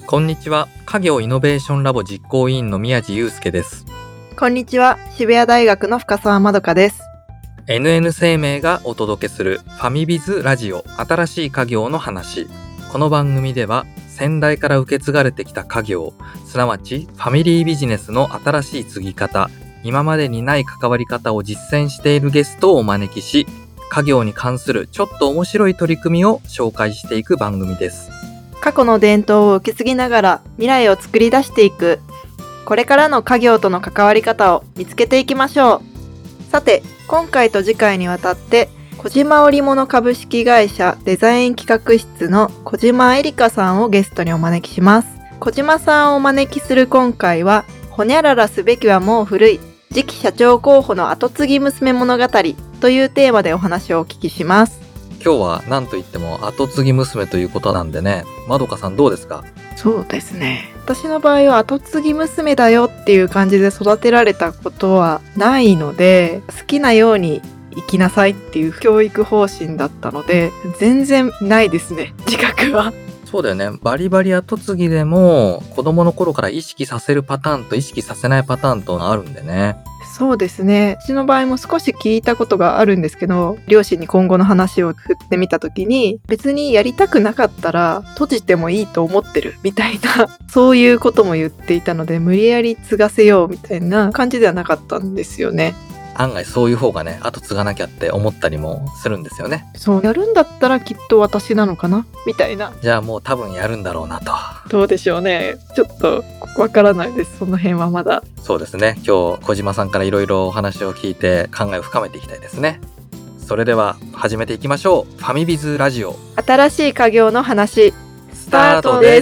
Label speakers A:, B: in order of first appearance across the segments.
A: こんにちは。家業イノベーションラボ実行委員の宮地祐介です。
B: こんにちは。渋谷大学の深澤まどかです。
A: NN 生命がお届けするファミビズラジオ、新しい家業の話。この番組では先代から受け継がれてきた家業、すなわちファミリービジネスの新しい継ぎ方、今までにない関わり方を実践しているゲストをお招きし、家業に関するちょっと面白い取り組みを紹介していく番組です。
B: 過去の伝統を受け継ぎながら未来を作り出していく、これからの家業との関わり方を見つけていきましょう。さて、今回と次回にわたって小島織物株式会社デザイン企画室の小島えりかさんをゲストにお招きします。小島さんをお招きする今回は、ほにゃららすべきはもう古い、次期社長候補の後継ぎ娘物語というテーマでお話をお聞きします。
A: 今日は何といっても後継ぎ娘ということなんでね、まどかさんどうですか？
B: そうですね。私の場合は後継ぎ娘だよっていう感じで育てられたことはないので、好きなように生きなさいっていう教育方針だったので、全然ないですね、自覚は。
A: そうだよね。バリバリ後継ぎでも子供の頃から意識させるパターンと意識させないパターンとあるんでね。
B: そうですね。うちの場合も少し聞いたことがあるんですけど、両親に今後の話を振ってみたときに、別にやりたくなかったら閉じてもいいと思ってるみたいな、そういうことも言っていたので、無理やり継がせようみたいな感じではなかったんですよね。
A: 案外そういう方がね、後継がなきゃって思ったりもするんですよね。
B: そう、やるんだったらきっと私なのかなみたいな。
A: じゃあもう多分やるんだろうなと。
B: どうでしょうね。ちょっとわからないです。その辺はまだ。
A: そうですね。今日小島さんからいろいろお話を聞いて考えを深めていきたいですね。それでは始めていきましょう。ファミビズラジオ。
B: 新しい家業の話、
A: スタートです。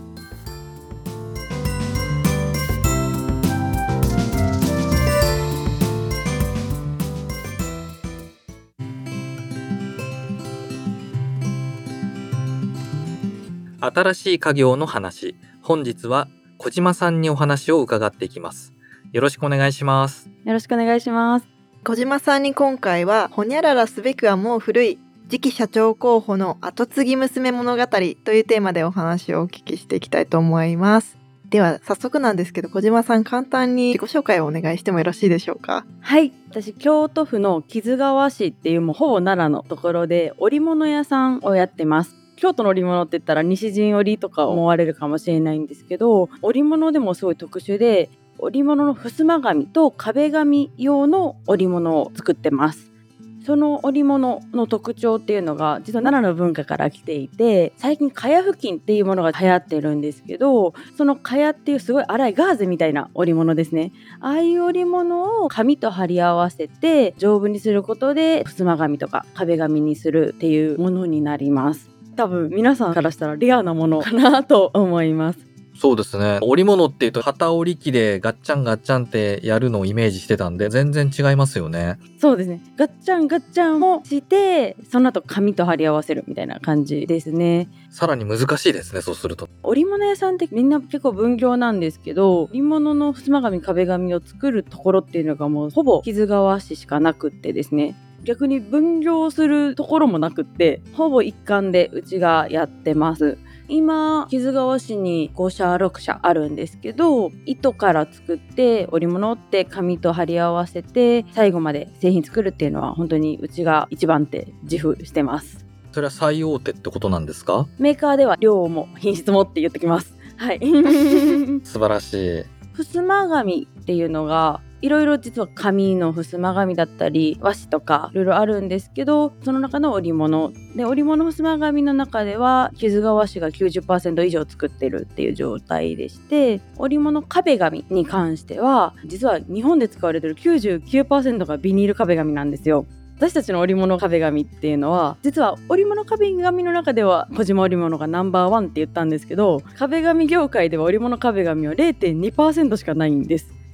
A: 新しい家業の話。本日は小島さんにお話を伺っていきます。よろしくお願いします。
C: よろしくお願いします。
B: 小島さんに今回は、ほにゃららすべきはもう古い、次期社長候補の後継ぎ娘物語というテーマでお話をお聞きしていきたいと思います。では早速なんですけど、小島さん簡単に自己紹介をお願いしてもよろしいでしょうか？
C: はい、私京都府の木津川市っていうもうほぼ奈良のところで織物屋さんをやってます。京都の織物って言ったら西陣織とか思われるかもしれないんですけど、織物でもすごい特殊で、織物の襖紙と壁紙用の織物を作ってます。その織物の特徴っていうのが実は奈良の文化から来ていて、最近茅布巾っていうものが流行ってるんですけど、その茅っていうすごい粗いガーゼみたいな織物ですね。ああいう織物を紙と貼り合わせて丈夫にすることで襖紙とか壁紙にするっていうものになります。多分皆さんからしたらレアなものかなと思います。
A: そうですね。織物っていうと機織り機でガッチャンガッチャンってやるのをイメージしてたんで全然違いますよね。
C: そうですね。ガッチャンガッチャンもしてその後紙と貼り合わせるみたいな感じですね。
A: さらに難しいですね、そうすると。
C: 織物屋さんってみんな結構分業なんですけど、織物の襖紙壁紙を作るところっていうのがもうほぼ木津川市しかなくってですね、逆に分業するところもなくって、ほぼ一貫でうちがやってます。今木津川市に5社6社あるんですけど、糸から作って織物って紙と貼り合わせて最後まで製品作るっていうのは本当にうちが一番手自負してます。
A: それは最大手ってことなんですか？
C: メーカーでは量も品質もって言ってきます。はい
A: 素晴らしい。
C: 襖紙っていうのがいろいろ実は紙の襖紙だったり和紙とかいろいろあるんですけど、その中の織物で、織物襖紙の中では木津川市が 90% 以上作ってるっていう状態でして、織物壁紙に関しては実は日本で使われてる 99% がビニール壁紙なんですよ。私たちの織物壁紙っていうのは実は織物壁紙の中では小島織物がナンバーワンって言ったんですけど、壁紙業界では織物壁紙は 0.2% しかないんです。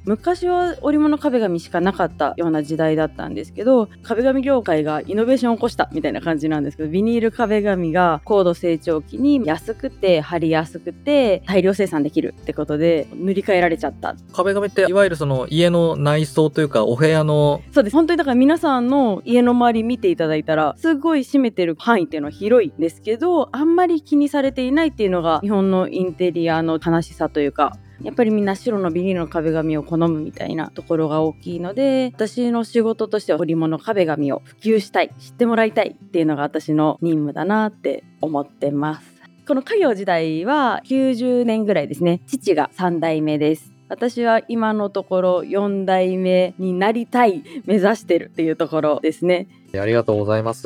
C: 昔は織物壁紙しかなかったような時代だったんですけど、壁紙業界がイノベーションを起こしたみたいな感じなんですけど、ビニール壁紙が高度成長期に安くて貼りやすくて大量生産できるってことで塗り替えられちゃった。
A: 壁紙っていわゆるその家の内装というかお部屋の。
C: そうです。本当にだから皆さんの家の周り見ていただいたらすごい占めてる範囲っていうのは広いんですけど、あんまり気にされていないっていうのが日本のインテリアの悲しさというか、やっぱりみんな白のビニールの壁紙を好むみたいなところが大きいので、私の仕事としては織物壁紙を普及したい、知ってもらいたいっていうのが私の任務だなって思ってます。この家業時代は90年ぐらいですね。父が3代目です。私は今のところ4代目になりたい、目指してるっていうところですね。
A: ありがとうございます。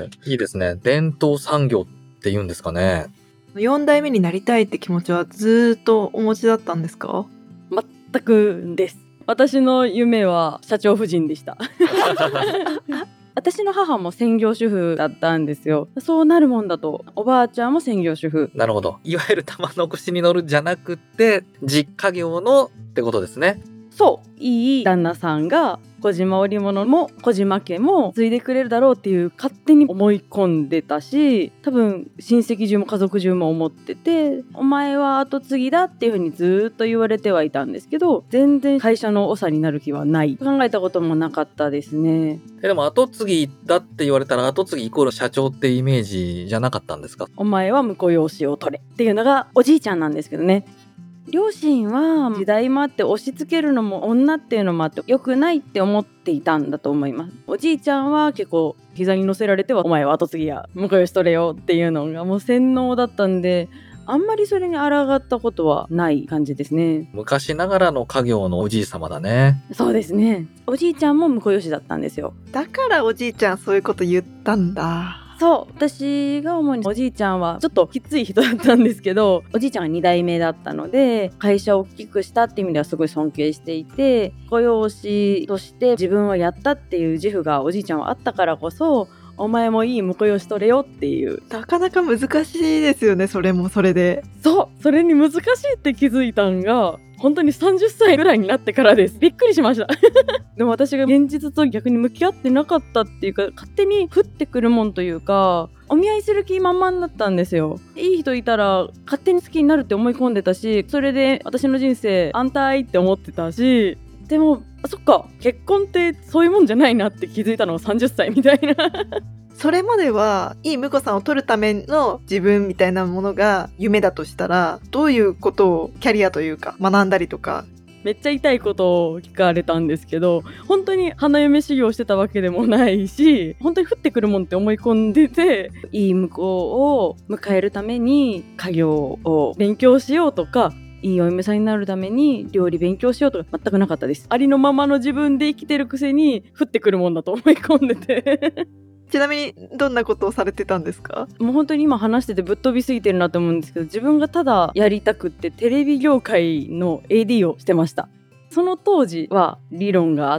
A: いいですね。伝統産業っていうんですかね。
B: 4代目になりたいって気持ちはずっとお持ちだったんですか？
C: 全くです。私の夢は社長夫人でした私の母も専業主婦だったんですよ。そうなるもんだと、おばあちゃんも専業主婦。
A: なるほど。いわゆる玉の串に乗るじゃなくて実家業のってことですね。
C: そう、いい旦那さんが小島織物も小島家も継いでくれるだろうっていう勝手に思い込んでたし、多分親戚中も家族中も思ってて、お前は後継ぎだっていう風にずっと言われてはいたんですけど、全然会社の長になる気はない、考えたこともなかったですね。
A: でも後継ぎだって言われたら後継ぎイコール社長ってイメージじゃなかったんですか？
C: お前は婿養子を取れっていうのがおじいちゃんなんですけどね。両親は時代もあって押し付けるのも女っていうのもあって良くないって思っていたんだと思います。おじいちゃんは結構膝に乗せられてはお前は後継ぎや婿養子取れよっていうのがもう洗脳だったんで、あんまりそれに抗ったことはない感じですね。
A: 昔ながらの家業のおじい様だね。
C: そうですね。おじいちゃんも婿養子だったんですよ。
B: だからおじいちゃんそういうこと言ったんだ。
C: そう、私が主におじいちゃんはちょっときつい人だったんですけど、おじいちゃんが2代目だったので会社を大きくしたっていう意味ではすごい尊敬していて、婿養子として自分はやったっていう自負がおじいちゃんはあったからこそ、お前もいい婿養子取れよっていう。
B: なかなか難しいですよね。それもそれで。
C: そう、それに難しいって気づいたんが本当に30歳ぐらいになってからです。びっくりしましたでも私が現実と逆に向き合ってなかったっていうか、勝手に降ってくるもんというか、お見合いする気満々だったんですよ。いい人いたら勝手に好きになるって思い込んでたし、それで私の人生安泰って思ってたし、でもそっか、結婚ってそういうもんじゃないなって気づいたのが30歳みたいな
B: それまではいい婿さんを取るための自分みたいなものが夢だとしたら、どういうことをキャリアというか学んだりとか。
C: めっちゃ痛いことを聞かれたんですけど、本当に花嫁修行してたわけでもないし、本当に降ってくるもんって思い込んでて、いい婿を迎えるために家業を勉強しようとか、いいお嫁さんになるために料理勉強しようとか全くなかったです。ありのままの自分で生きてるくせに降ってくるもんだと思い込んでて
B: ちなみにどんなことをされてたんですか？
C: もう本当に今話しててぶっ飛びすぎてるなと思うんですけど、自分がただやりたくってテレビ業界の AD をしてました。その当時は理論があって、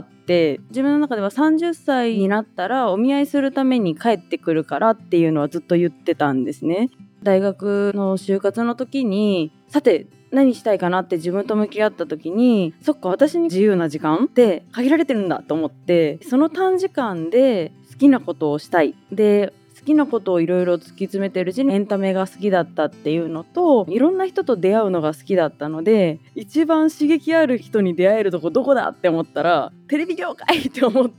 C: 自分の中では30歳になったらお見合いするために帰ってくるからっていうのはずっと言ってたんですね。大学の就活の時に、さて何したいかなって自分と向き合った時に、そっか、私に自由な時間って限られてるんだと思って、その短時間で好きなことをしたい。で、好きなことをいろいろ突き詰めてるうちにエンタメが好きだったっていうのと、いろんな人と出会うのが好きだったので、一番刺激ある人に出会えるとこどこだって思ったらテレビ業界って思って、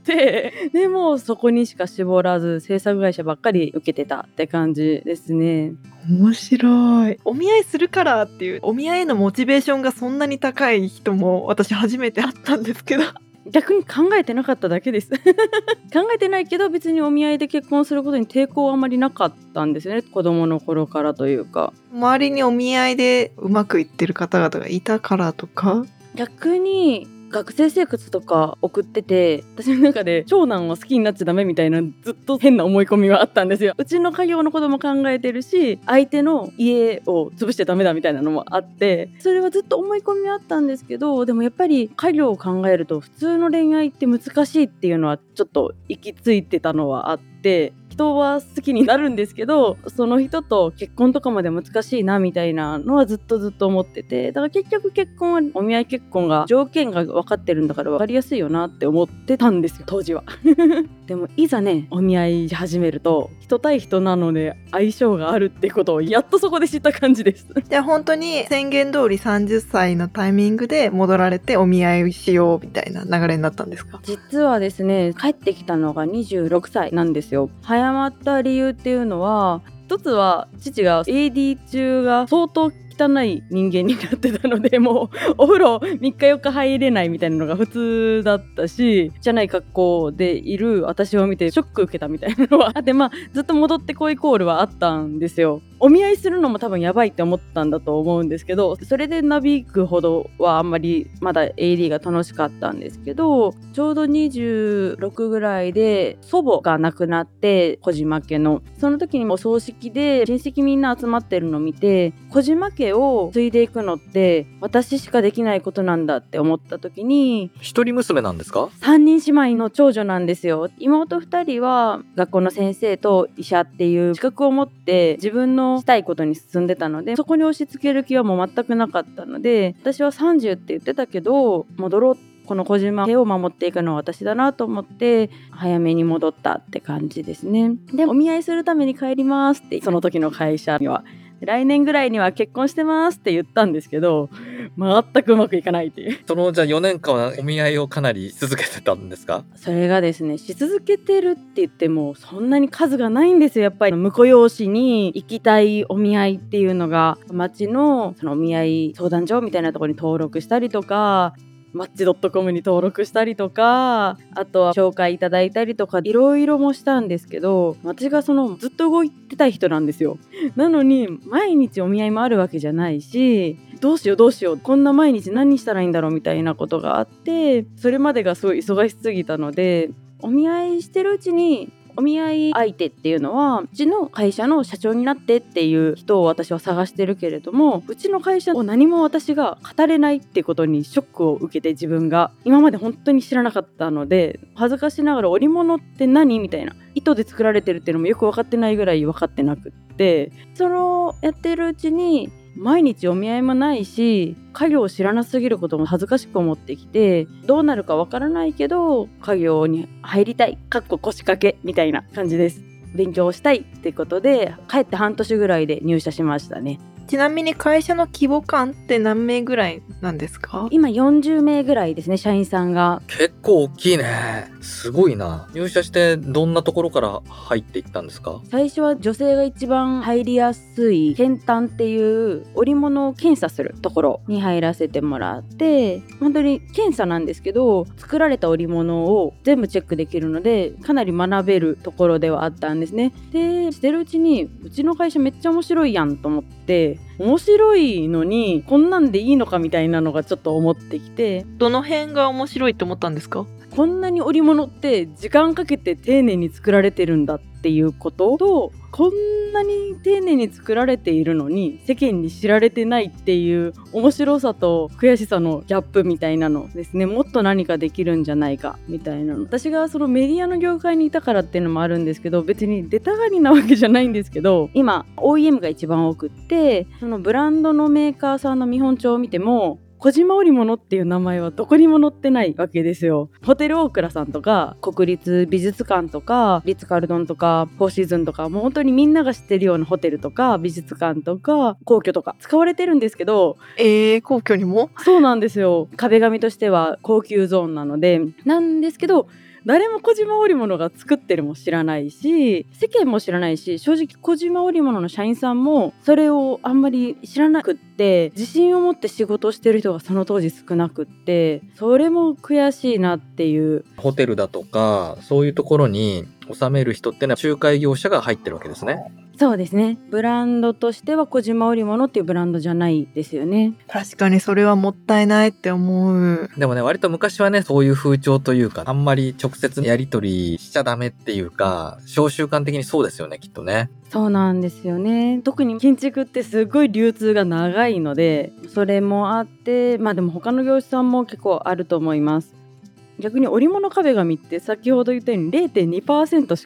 C: でもそこにしか絞らず制作会社ばっかり受けてたって感じですね。
B: 面白い。お見合いするからっていうお見合いへのモチベーションがそんなに高い人も私初めて会ったんですけど
C: 逆に考えてなかっただけです考えてないけど、別にお見合いで結婚することに抵抗はあまりなかったんですよね、子供の頃からというか。
B: 周りにお見合いでうまくいってる方々がいたからとか。
C: 逆に学生生活とか送ってて、私の中で長男は好きになっちゃダメみたいなずっと変な思い込みはあったんですよ。うちの家業のことも考えてるし、相手の家を潰してダメだみたいなのもあって、それはずっと思い込みはあったんですけど、でもやっぱり家業を考えると普通の恋愛って難しいっていうのはちょっと行き着いてたのはあって、期人は好きになるんですけど、その人と結婚とかまで難しいなみたいなのはずっと思ってて、だから結局結婚はお見合い結婚が条件が分かってるんだから分かりやすいよなって思ってたんですよ、当時は。でもいざね、お見合いし始めると人対人なので相性があるってことをやっとそこで知った感じです。
B: じゃあ本当に宣言通り30歳のタイミングで戻られてお見合いしようみたいな流れになったんですか？
C: 実はですね、帰ってきたのが26歳なんですよ。早まった理由っていうのは、一つは父が AD 中が相当汚い人間になってたので、もうお風呂3日4日入れないみたいなのが普通だったし、汚い格好でいる私を見てショック受けたみたいなのはあって、ずっと戻ってこいコールはあったんですよ。お見合いするのも多分やばいって思ったんだと思うんですけど、それでなびくほどはあんまりまだ AD が楽しかったんですけど、ちょうど26ぐらいで祖母が亡くなって、小島家のその時にお葬式で親戚みんな集まってるのを見て、小島家を継いでいくのって私しかできないことなんだって思った時に、
A: 一人娘なんですか？
C: 3人姉妹の長女なんですよ。妹2人は学校の先生と医者っていう資格を持って自分のしたいことに進んでたので、そこに押し付ける気はもう全くなかったので、私は30って言ってたけど戻ろう、この小島家を守っていくのは私だなと思って早めに戻ったって感じですね。で、お見合いするために帰りますって、その時の会社には来年ぐらいには結婚してますって言ったんですけど、全くうまくいかないっていう。
A: じゃあ4年間はお見合いをかなり続けてたんですか？
C: それがですね、し続けてるって言ってもそんなに数がないんですよ。やっぱり婿養子に行きたいお見合いっていうのが町のそのお見合い相談所みたいなところに登録したりとか、マッチ .com に登録したりとか、あとは紹介いただいたりとか、いろいろもしたんですけど、私がずっと動いてたい人なんですよ。なのに毎日お見合いもあるわけじゃないし、どうしようこんな毎日何したらいいんだろうみたいなことがあって、それまでがすごい忙しすぎたので、お見合いしてるうちにお見合い相手っていうのはうちの会社の社長になってっていう人を私は探してるけれども、うちの会社を何も私が語れないってことにショックを受けて、自分が今まで本当に知らなかったので、恥ずかしながら織物って何みたいな、糸で作られてるっていうのもよく分かってないぐらい分かってなくって、そのやってるうちに毎日お見合いもないし、家業を知らなすぎることも恥ずかしく思ってきて、どうなるかわからないけど家業に入りたい腰掛けみたいな感じです。勉強したいってことで帰って半年ぐらいで入社しましたね。
B: ちなみに会社の規模感って何名ぐらいなんですか？
C: 今40名ぐらいですね、社員さんが。
A: 結構大きいね。すごいな。入社してどんなところから入っていったんですか？
C: 最初は女性が一番入りやすい検単っていう織物を検査するところに入らせてもらって、本当に検査なんですけど、作られた織物を全部チェックできるのでかなり学べるところではあったんですね。で、してるうちにうちの会社めっちゃ面白いやんと思って、面白いのにこんなんでいいのかみたいなのがちょっと思ってきて、
B: どの辺が面白いと思ったんですか？
C: こんなに織物って時間かけて丁寧に作られてるんだっていうことと、こんなに丁寧に作られているのに世間に知られてないっていう面白さと悔しさのギャップみたいなのですね。もっと何かできるんじゃないかみたいなの、私がそのメディアの業界にいたからっていうのもあるんですけど、別に出たがりなわけじゃないんですけど、今 OEM が一番多くって、そのブランドのメーカーさんの見本帳を見ても小島織物っていう名前はどこにも載ってないわけですよ。ホテルオークラさんとか国立美術館とかリッツカルドンとかフォーシーズンとか、もう本当にみんなが知ってるようなホテルとか美術館とか皇居とか使われてるんですけど、
B: 皇居にも？
C: そうなんですよ。壁紙としては高級ゾーンなのでなんですけど、誰も小島織物が作ってるも知らないし、世間も知らないし、正直小島織物の社員さんもそれをあんまり知らなくって、自信を持って仕事をしてる人がその当時少なくって、それも悔しいなっていう。
A: ホテルだとかそういうところに納める人ってのは仲介業者が入ってるわけですね。
C: そうですね。ブランドとしては小島織物っていうブランドじゃないですよね。
B: 確かにそれはもったいないって思う。
A: でもね、割と昔はね、そういう風潮というか、あんまり直接やり取りしちゃダメっていうか、小習慣的にそうですよね、きっとね。
C: そうなんですよね。特に建築ってすごい流通が長いので、それもあって、でも他の業者さんも結構あると思います。逆に織物壁紙って先ほど言ったように 0.2% しか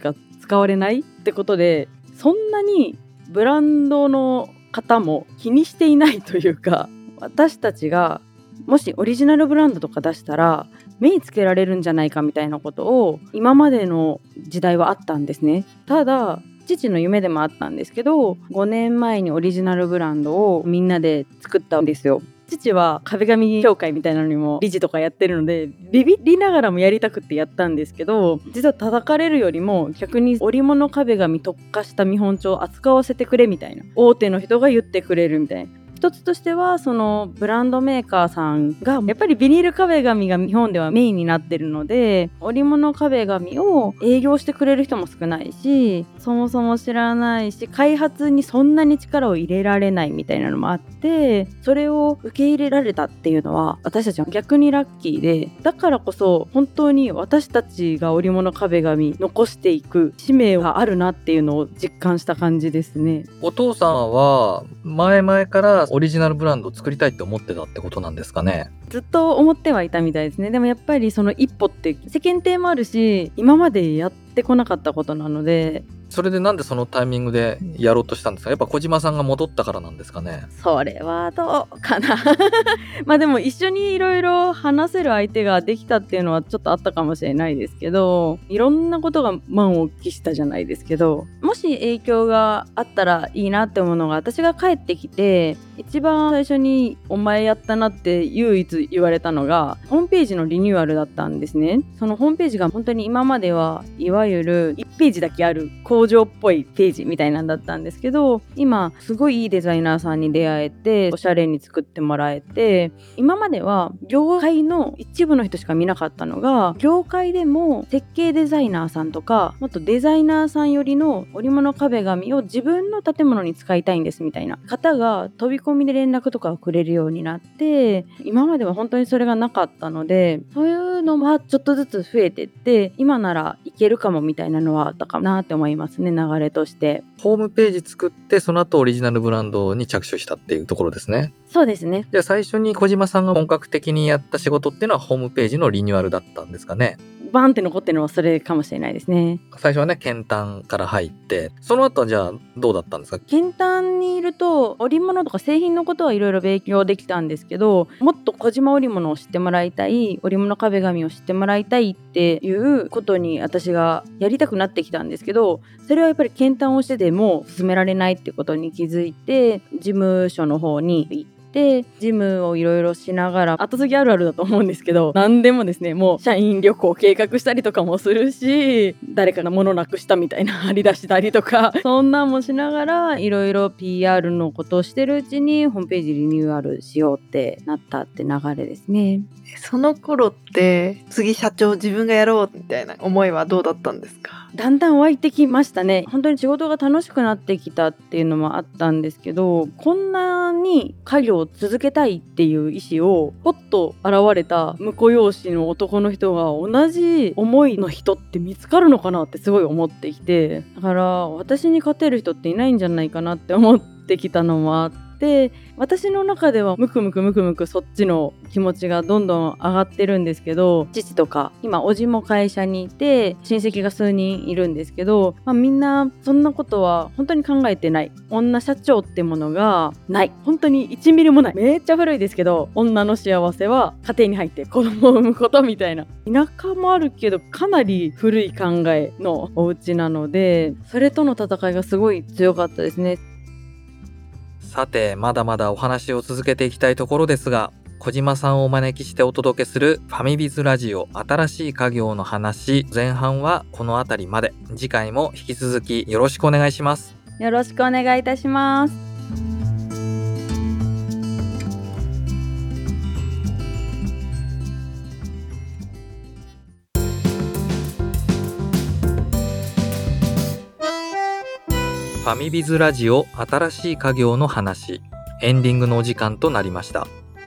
C: 使われないってことで、そんなにブランドの方も気にしていないというか、私たちがもしオリジナルブランドとか出したら目につけられるんじゃないかみたいなことを今までの時代はあったんですね。ただ父の夢でもあったんですけど、5年前にオリジナルブランドをみんなで作ったんですよ。父は壁紙協会みたいなのにも理事とかやってるので、ビビりながらもやりたくってやったんですけど、実は叩かれるよりも逆に織物壁紙特化した見本帳を扱わせてくれみたいな、大手の人が言ってくれるみたいな。一つとしてはそのブランドメーカーさんがやっぱりビニール壁紙が日本ではメインになってるので、織物壁紙を営業してくれる人も少ないし、そもそも知らないし、開発にそんなに力を入れられないみたいなのもあって、それを受け入れられたっていうのは私たちは逆にラッキーで、だからこそ本当に私たちが織物壁紙残していく使命があるなっていうのを実感した感じですね。
A: お父さんは前々からオリジナルブランドを作りたいって思ってたってことなんですかね。
C: ずっと思ってはいたみたいですね。でもやっぱりその一歩って世間体もあるし、今までやってこなかったことなので。
A: それでなんでそのタイミングでやろうとしたんですか？やっぱ小島さんが戻ったからなんですかね。
C: それはどうかなまあでも一緒にいろいろ話せる相手ができたっていうのはちょっとあったかもしれないですけど、いろんなことが満を期したじゃないですけど、もし影響があったらいいなって思うのが、私が帰ってきて一番最初にお前やったなって唯一言われたのがホームページのリニューアルだったんですね。そのホームページが本当に今まではいわゆる1ページだけある工場っぽいページみたいなんだったんですけど、今すごいいいデザイナーさんに出会えて、おしゃれに作ってもらえて、今までは業界の一部の人しか見なかったのが、業界でも設計デザイナーさんとか、もっとデザイナーさんよりの織物壁紙を自分の建物に使いたいんですみたいな方が飛び込みで連絡とかをくれるようになって、今までは本当にそれがなかったので、そういうのはちょっとずつ増えてって、今ならいけるかもみたいなのはあったかなって思いますね、流れとして。
A: ホームページ作ってその後オリジナルブランドに着手したっていうところですね。
C: そうですね。
A: じゃあ最初に小島さんが本格的にやった仕事っていうのはホームページのリニューアルだったんですかね。
C: バーンって残ってるのはそれかもしれないですね。
A: 最初はね、検単から入って、その後はじゃあどうだったんですか？
C: 検単にいると織物とか製品のことはいろいろ勉強できたんですけど、もっと小島織物を知ってもらいたい、織物壁紙を知ってもらいたいっていうことに私がやりたくなってきたんですけど、それはやっぱり検単をしてでも進められないってことに気づいて、事務所の方に行ってで事務をいろいろしながら、後継ぎあるあるだと思うんですけど、何でもですね、もう社員旅行を計画したりとかもするし、誰かが物なくしたみたいな張り出したりとか、そんなんもしながらいろいろ PR のことをしてるうちにホームページリニューアルしようってなったって流れですね。
B: その頃って次社長自分がやろうみたいな思いはどうだったんですか？
C: だんだん湧いてきましたね。本当に仕事が楽しくなってきたっていうのもあったんですけど、こんなに家業を続けたいっていう意思をポッと現れた婿養子の男の人が同じ思いの人って見つかるのかなってすごい思ってきて、だから私に勝てる人っていないんじゃないかなって思ってきたのもあって、私の中ではムクムクそっちの気持ちがどんどん上がってるんですけど、父とか今おじも会社にいて親戚が数人いるんですけど、みんなそんなことは本当に考えてない。女社長ってものがない。本当に1ミリもない。めっちゃ古いですけど、女の幸せは家庭に入って子供を産むことみたいな、田舎もあるけどかなり古い考えのお家なので、それとの戦いがすごい強かったですね。
A: さて、まだまだお話を続けていきたいところですが、小島さんをお招きしてお届けするファミビズラジオ新しい家業の話、前半はこの辺りまで。次回も引き続きよろしくお願いします。
C: よろしくお願いいたします。
A: ファミビズラジオ新しい家業の話、エンディングのお時間となりました。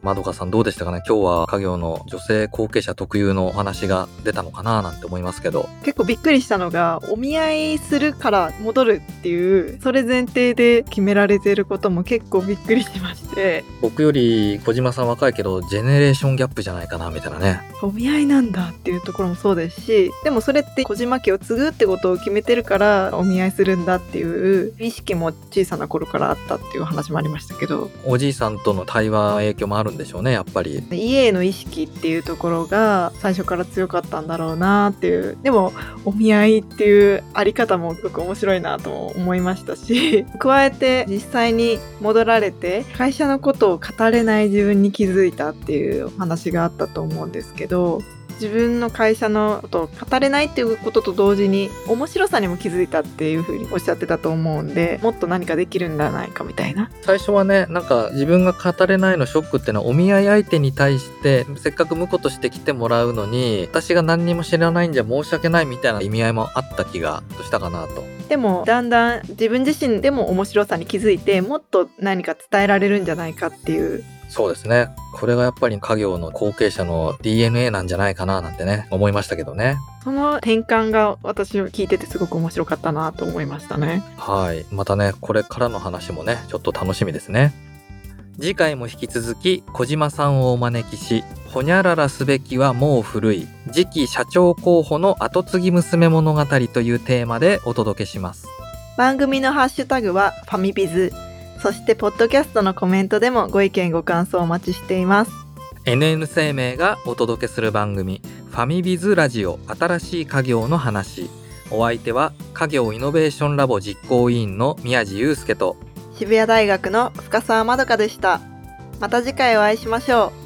A: まどかさんどうでしたかね。今日は家業の女性後継者特有のお話が出たのかななんて思いますけど、
B: 結構びっくりしたのが、お見合いするから戻るっていうそれ前提で決められてることも結構びっくりしまして、
A: 僕より小島さん若いけどジェネレーションギャップじゃないかなみたいなね。
B: お見合いなんだっていうところもそうですし、でもそれって小島家を継ぐってことを決めてるからお見合いするんだっていう意識も小さな頃からあったっていう話もありましたけど、
A: おじいさんとの対話影響もあるんでしょうね、やっぱり。
B: 家への意識っていうところが最初から強かったんだろうなっていう。でもお見合いっていうあり方もすごく面白いなとも思いましたし、加えて実際に戻られて会社のことを語れない自分に気づいたっていうお話があったと思うんですけど、自分の会社のことを語れないっていうことと同時に面白さにも気づいたっていうふうにおっしゃってたと思うんで、もっと何かできるんじゃないかみたいな。
A: 最初はね、なんか自分が語れないのショックってのは、お見合い相手に対してせっかく婿として来てもらうのに私が何にも知らないんじゃ申し訳ないみたいな意味合いもあった気がしたかなと。
B: でもだんだん自分自身でも面白さに気づいて、もっと何か伝えられるんじゃないかっていう。
A: そうですね。これがやっぱり家業の後継者の DNA なんじゃないかななんてね、思いましたけどね。
B: その転換が私を聞いててすごく面白かったなと思いましたね。
A: はい。またね、これからの話もね、ちょっと楽しみですね。次回も引き続き小島さんをお招きし、ほにゃららすべきはもう古い次期社長候補の後継ぎ娘物語というテーマでお届けします。
B: 番組のハッシュタグはファミビズ。そしてポッドキャストのコメントでもご意見ご感想お待ちしています。
A: NN 生命がお届けする番組ファミビズラジオ新しい家業の話。お相手は家業イノベーションラボ実行委員の宮地祐介と
B: 渋谷大学の深澤まどかでした。また次回お会いしましょう。